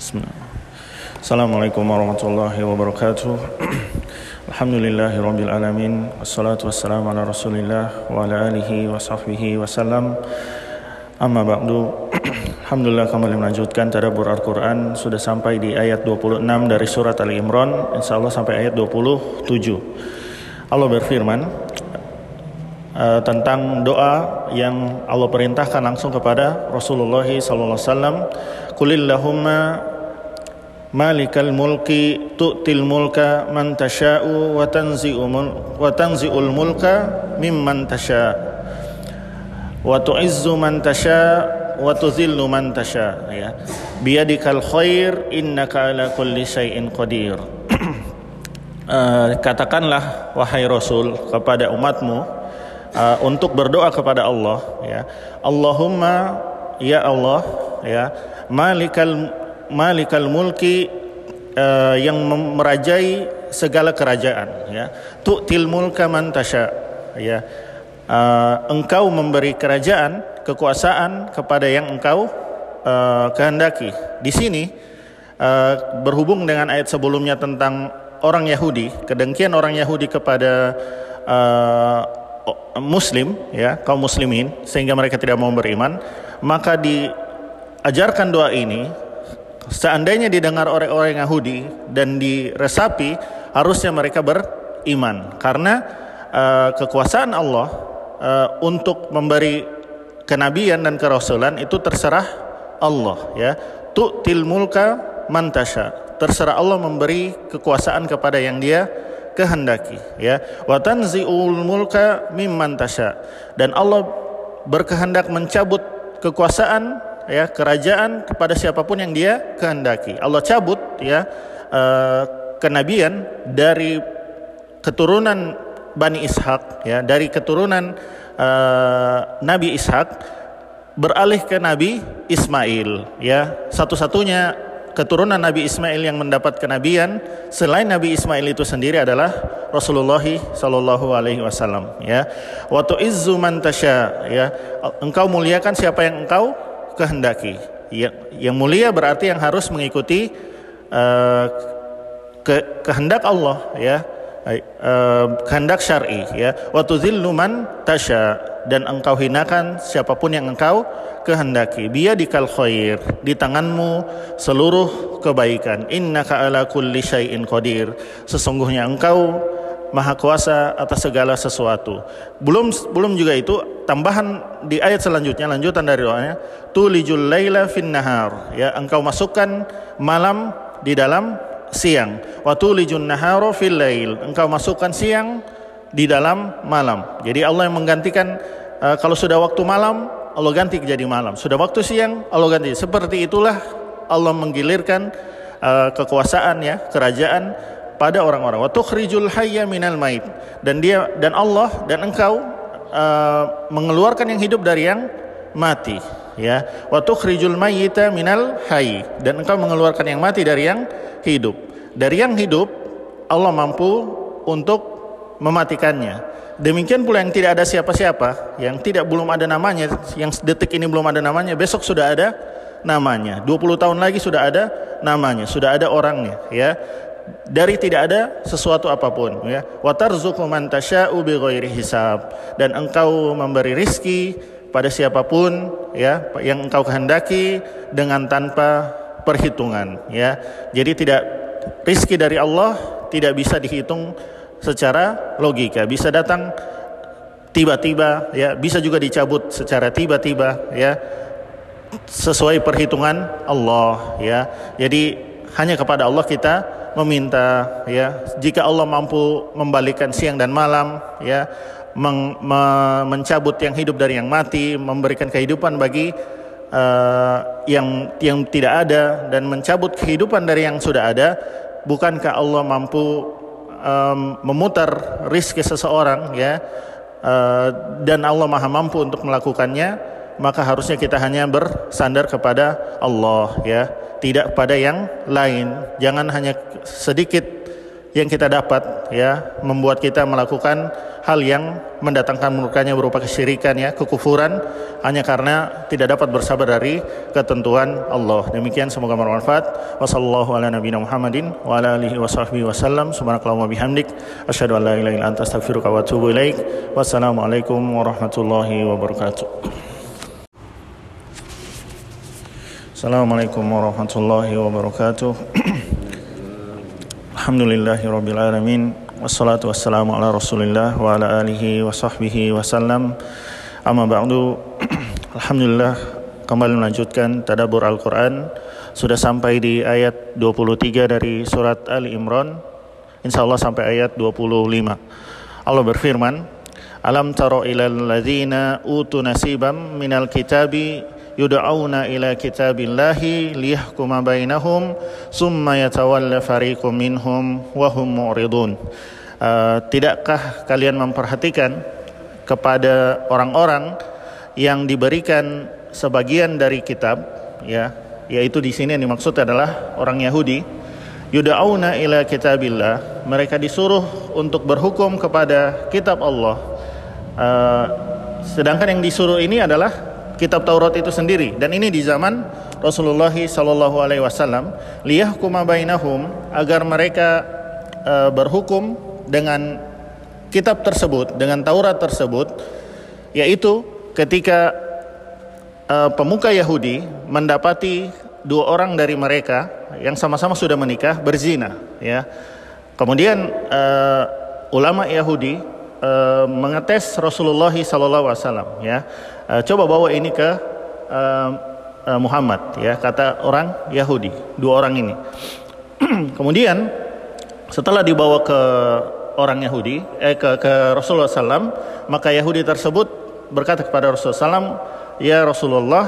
Bismillah. Assalamualaikum warahmatullahi wabarakatuh. Alhamdulillahirabbil alamin. Wassalatu wassalamu ala Rasulillah wa ala alihi wa sahbihi wasallam. Amma ba'du. Alhamdulillah, kembali melanjutkan tadabbur Al-Qur'an. Sudah sampai di ayat 26 dari surat Ali Imran, insyaallah sampai ayat 27. Allah berfirman tentang doa yang Allah perintahkan langsung kepada Rasulullah sallallahu alaihi wasallam. Qulillahumma malikal mulki tu'til mulka man tasha'u wa tanzi'ul mulka mimman tasha' wa tu'izzu man tasha' wa tuzillu man tasha', ya. Biyadikal khair innaka ala kulli syai'in qadir. Katakanlah wahai Rasul kepada umatmu untuk berdoa kepada Allah, ya. Allahumma, ya Allah, ya, Malikal mulki, yang merajai segala kerajaan, ya. Tu'til mulka man tasha', ya. Engkau memberi kerajaan, kekuasaan kepada yang engkau kehendaki. Di sini berhubung dengan ayat sebelumnya tentang orang Yahudi, kedengkian orang Yahudi kepada Muslim, ya, kaum muslimin, sehingga mereka tidak mau beriman. Maka diajarkan doa ini, seandainya didengar oleh orang Yahudi dan diresapi, harusnya mereka beriman, karena kekuasaan Allah untuk memberi kenabian dan kerasulan itu terserah Allah, ya. Tu'til mulka man tasha', terserah Allah memberi kekuasaan kepada yang Dia kehendaki, ya. Wa tanzi'ul mulka mimman tasha', dan Allah berkehendak mencabut kekuasaan, ya, kerajaan kepada siapapun yang Dia kehendaki. Allah cabut, ya, kenabian dari keturunan Bani Ishak, ya, dari keturunan Nabi Ishak beralih ke Nabi Ismail, ya. Satu-satunya keturunan Nabi Ismail yang mendapat kenabian selain Nabi Ismail itu sendiri adalah Rasulullah sallallahu alaihi wasallam, ya. Wa tu'izzu man tasha', ya. Engkau muliakan siapa yang engkau kehendaki. Yang mulia berarti yang harus mengikuti kehendak Allah, ya, kehendak syar'i, ya. Wa tuzillu man tasha', dan engkau hinakan siapapun yang engkau kehendaki. Biyadikal khair, di tanganmu seluruh kebaikan. Innaka ala kulli syai'in qadir, sesungguhnya engkau maha kuasa atas segala sesuatu. Belum juga itu, tambahan di ayat selanjutnya, lanjutan dari doanya, tulijul laila fin nahar, ya, engkau masukkan malam di dalam siang. Wa tulijun nahara fil lail, engkau masukkan siang di dalam malam. Jadi Allah yang menggantikan, kalau sudah waktu malam Allah ganti jadi malam, sudah waktu siang Allah ganti. Seperti itulah Allah menggilirkan kekuasaan, ya, kerajaan pada orang-orang. Wa tukhrijul hayya minal mait, dan Allah dan engkau mengeluarkan yang hidup dari yang mati, ya. Wa tukhrijul mayyita minal hayy, dan engkau mengeluarkan yang mati dari yang hidup. Dari yang hidup Allah mampu untuk mematikannya. Demikian pula yang tidak ada siapa-siapa, yang belum ada namanya, yang detik ini belum ada namanya, besok sudah ada namanya. 20 tahun lagi sudah ada namanya, sudah ada orangnya, ya. Dari tidak ada sesuatu apapun, ya. Wa tarzuqu man tasya'u bighairi hisab, dan engkau memberi rizki pada siapapun, ya, yang engkau kehendaki dengan tanpa perhitungan, ya. Jadi rizki dari Allah tidak bisa dihitung secara logika, bisa datang tiba-tiba, ya, bisa juga dicabut secara tiba-tiba, ya, sesuai perhitungan Allah, ya. Jadi hanya kepada Allah kita meminta, ya. Jika Allah mampu membalikkan siang dan malam, ya, mencabut yang hidup dari yang mati, memberikan kehidupan bagi yang tidak ada, dan mencabut kehidupan dari yang sudah ada, bukankah Allah mampu memutar rizki seseorang, ya, dan Allah maha mampu untuk melakukannya? Maka harusnya kita hanya bersandar kepada Allah, ya, tidak pada yang lain. Jangan hanya sedikit yang kita dapat ya membuat kita melakukan hal yang mendatangkan murkanya berupa kesyirikan ya, kekufuran, hanya karena tidak dapat bersabar dari ketentuan Allah. Demikian, semoga bermanfaat. Wassallallahu ala nabiyina Muhammadin wa ala alihi washabbihi wasallam. Subhanakallahumma bihamdik asyhadu an la ilaha illa anta astaghfiruka wa atubu ilaik. Wassalamualaikum warahmatullahi wabarakatuh. Assalamualaikum warahmatullahi wabarakatuh. Alhamdulillahirabbil alamin. Wassalatu wassalamu ala Rasulillah wa ala alihi wa sahbihi wasallam. Amma ba'du. Alhamdulillah, kembali melanjutkan tadabbur Al-Qur'an. Sudah sampai di ayat 23 dari surat Ali Imran. Insyaallah sampai ayat 25. Allah berfirman, "Alam tara ilal ladzina utu nasiban minal kitabi yud'auna ila kitabillahi liyahkuma bainahum summa yatawalla fariqum minhum wa hum mu'ridun." Tidakkah kalian memperhatikan kepada orang-orang yang diberikan sebagian dari kitab, ya, yaitu di sini yang dimaksud adalah orang Yahudi. Yud'auna ila kitabillah, mereka disuruh untuk berhukum kepada kitab Allah. Sedangkan yang disuruh ini adalah kitab Taurat itu sendiri, dan ini di zaman Rasulullah sallallahu alaihi wasallam, liyahkuma bainahum, agar mereka berhukum dengan kitab tersebut, dengan Taurat tersebut, yaitu ketika pemuka Yahudi mendapati dua orang dari mereka yang sama-sama sudah menikah berzina, ya. Kemudian ulama Yahudi mengetes Rasulullah sallallahu alaihi wasallam, ya. Coba bawa ini ke Muhammad, ya, kata orang Yahudi, dua orang ini. Kemudian setelah dibawa ke orang Yahudi, ke Rasulullah SAW, maka Yahudi tersebut berkata kepada Rasulullah SAW, "Ya Rasulullah,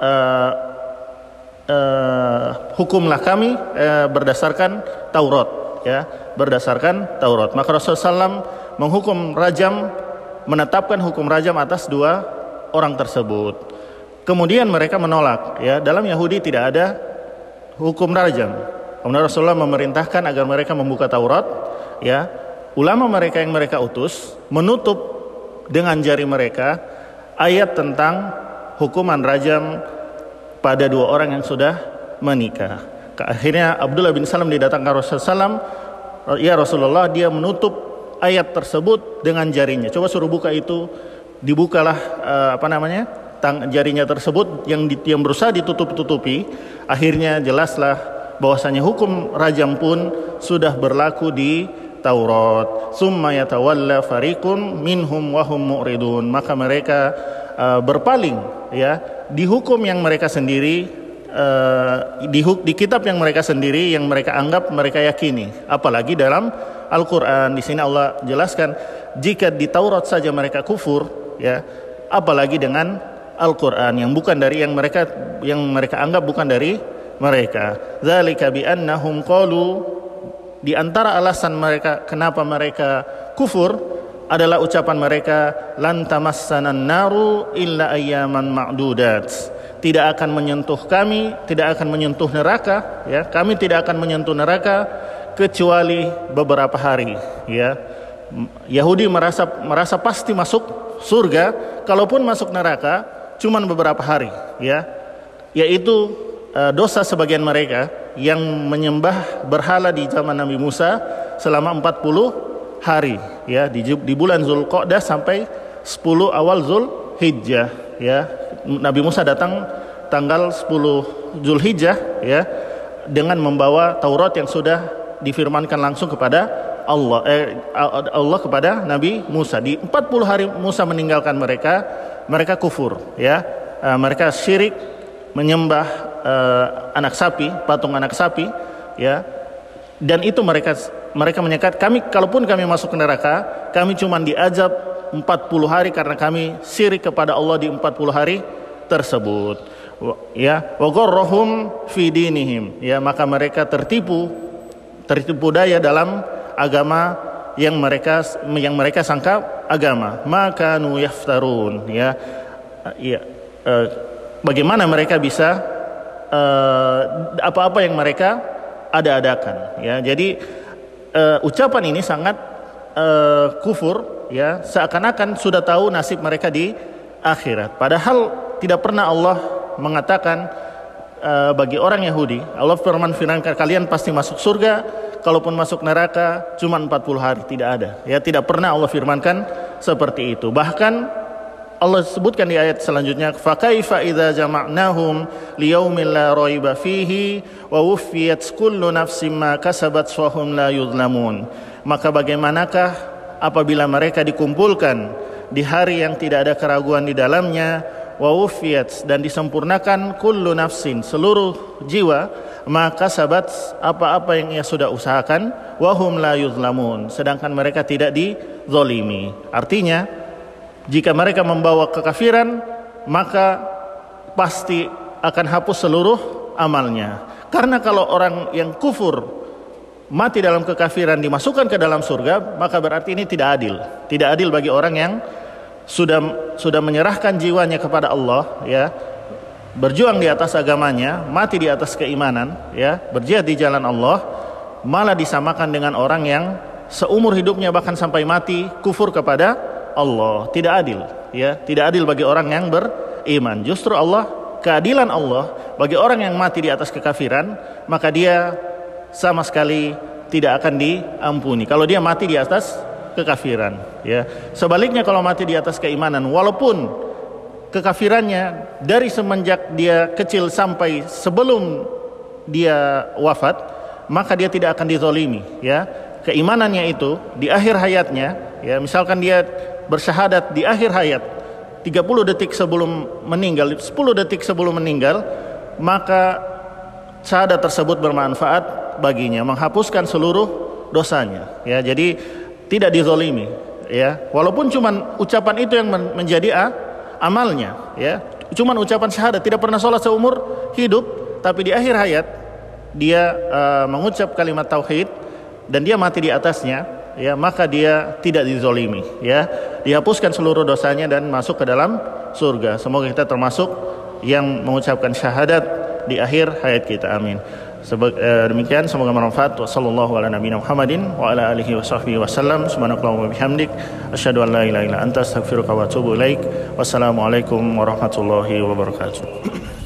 hukumlah kami berdasarkan Taurat, ya, berdasarkan Taurat." Maka Rasulullah SAW menghukum rajam, menetapkan hukum rajam atas dua orang tersebut. Kemudian mereka menolak, ya, dalam Yahudi tidak ada hukum rajam. Kemudian Rasulullah memerintahkan agar mereka membuka Taurat, ya. Ulama mereka yang mereka utus menutup dengan jari mereka ayat tentang hukuman rajam pada dua orang yang sudah menikah. Akhirnya Abdullah bin Salam didatangkan Rasulullah SAW. Ya Rasulullah, dia menutup ayat tersebut dengan jarinya. Coba suruh buka itu, dibukalah jarinya tersebut yang berusaha ditutup-tutupi. Akhirnya jelaslah bahwasanya hukum rajam pun sudah berlaku di Taurat. Summa yatawalla fariqun minhum wa hum mu'ridun. Maka mereka berpaling, ya, di hukum yang mereka sendiri, di kitab yang mereka sendiri, yang mereka anggap, mereka yakini. Apalagi dalam Al-Quran. Di sini Allah jelaskan, jika di Taurat saja mereka kufur, ya, apalagi dengan Al-Quran yang bukan dari yang mereka anggap bukan dari mereka. Dzalika bi annahum qalu, di antara alasan mereka kenapa mereka kufur adalah ucapan mereka, lan tamassanan naru illa ayyaman ma'dudat. Tidak akan menyentuh kami, tidak akan menyentuh neraka, ya. Kami tidak akan menyentuh neraka kecuali beberapa hari, ya. Yahudi merasa pasti masuk surga, kalaupun masuk neraka cuman beberapa hari, ya. Yaitu dosa sebagian mereka yang menyembah berhala di zaman Nabi Musa selama 40 hari, ya, di bulan Zulqa'dah sampai 10 awal Zulhijjah, ya. Nabi Musa datang tanggal 10 Zulhijjah, ya, dengan membawa Taurat yang sudah difirmankan langsung kepada Allah kepada Nabi Musa. Di 40 hari Musa meninggalkan mereka kufur, ya. Mereka syirik, menyembah anak sapi, patung anak sapi, ya. Dan itu mereka menyekat, kalaupun kami masuk ke neraka, kami cuma diazab 40 hari karena kami syirik kepada Allah di 40 hari tersebut, ya. Wa gharrahum fi dinihim, ya, maka mereka tertipu daya dalam agama yang mereka sangka agama. Maka nu yaftarun, ya. Bagaimana mereka bisa apa-apa yang mereka ada-adakan, ya. Jadi ucapan ini sangat kufur, ya, seakan-akan sudah tahu nasib mereka di akhirat. Padahal tidak pernah Allah mengatakan bagi orang Yahudi, Allah firmankan kalian pasti masuk surga, kalaupun masuk neraka cuma 40 hari, tidak ada. Ya, tidak pernah Allah firmankan seperti itu. Bahkan Allah sebutkan di ayat selanjutnya, fakaifa idza jama'nahum liyaumin la raiba fihi wa wuffiyat kullu nafsin ma kasabat wa hum la yuzlamun. Maka bagaimanakah apabila mereka dikumpulkan di hari yang tidak ada keraguan di dalamnya, wa wuffiyat, dan disempurnakan kullu nafsin, seluruh jiwa, maka sabat, apa-apa yang ia sudah usahakan, wa hum la yuzlamun, sedangkan mereka tidak dizalimi. Artinya jika mereka membawa kekafiran, maka pasti akan hapus seluruh amalnya. Karena kalau orang yang kufur mati dalam kekafiran dimasukkan ke dalam surga, maka berarti ini tidak adil. Tidak adil bagi orang yang sudah menyerahkan jiwanya kepada Allah, ya, berjuang di atas agamanya, mati di atas keimanan, ya, berjihad di jalan Allah, malah disamakan dengan orang yang seumur hidupnya bahkan sampai mati kufur kepada Allah. Tidak adil, ya, tidak adil bagi orang yang beriman. Justru Allah, keadilan Allah bagi orang yang mati di atas kekafiran, maka dia sama sekali tidak akan diampuni kalau dia mati di atas kekafiran, ya. Sebaliknya kalau mati di atas keimanan, walaupun kekafirannya dari semenjak dia kecil sampai sebelum dia wafat, maka dia tidak akan dizalimi, ya. Keimanannya itu di akhir hayatnya, ya, misalkan dia bersyahadat di akhir hayat 30 detik sebelum meninggal, 10 detik sebelum meninggal, maka syahadat tersebut bermanfaat baginya, menghapuskan seluruh dosanya, ya. Jadi tidak dizalimi, ya. Walaupun cuman ucapan itu yang menjadi amalnya, ya. Cuman ucapan syahadat, tidak pernah sholat seumur hidup, tapi di akhir hayat dia mengucap kalimat tauhid dan dia mati di atasnya, ya, maka dia tidak dizalimi, ya, dihapuskan seluruh dosanya dan masuk ke dalam surga. Semoga kita termasuk yang mengucapkan syahadat di akhir hayat kita, amin. Demikian, semoga bermanfaat. Wassallallahu ala nabiyina Muhammadin wa ala alihi wa sahbihi wasallam. Subhanakallahumma wa bihamdik, asyhadu an la ilaha illa anta, astaghfiruka wa atubu ilaik. Wassalamualaikum warahmatullahi wabarakatuh.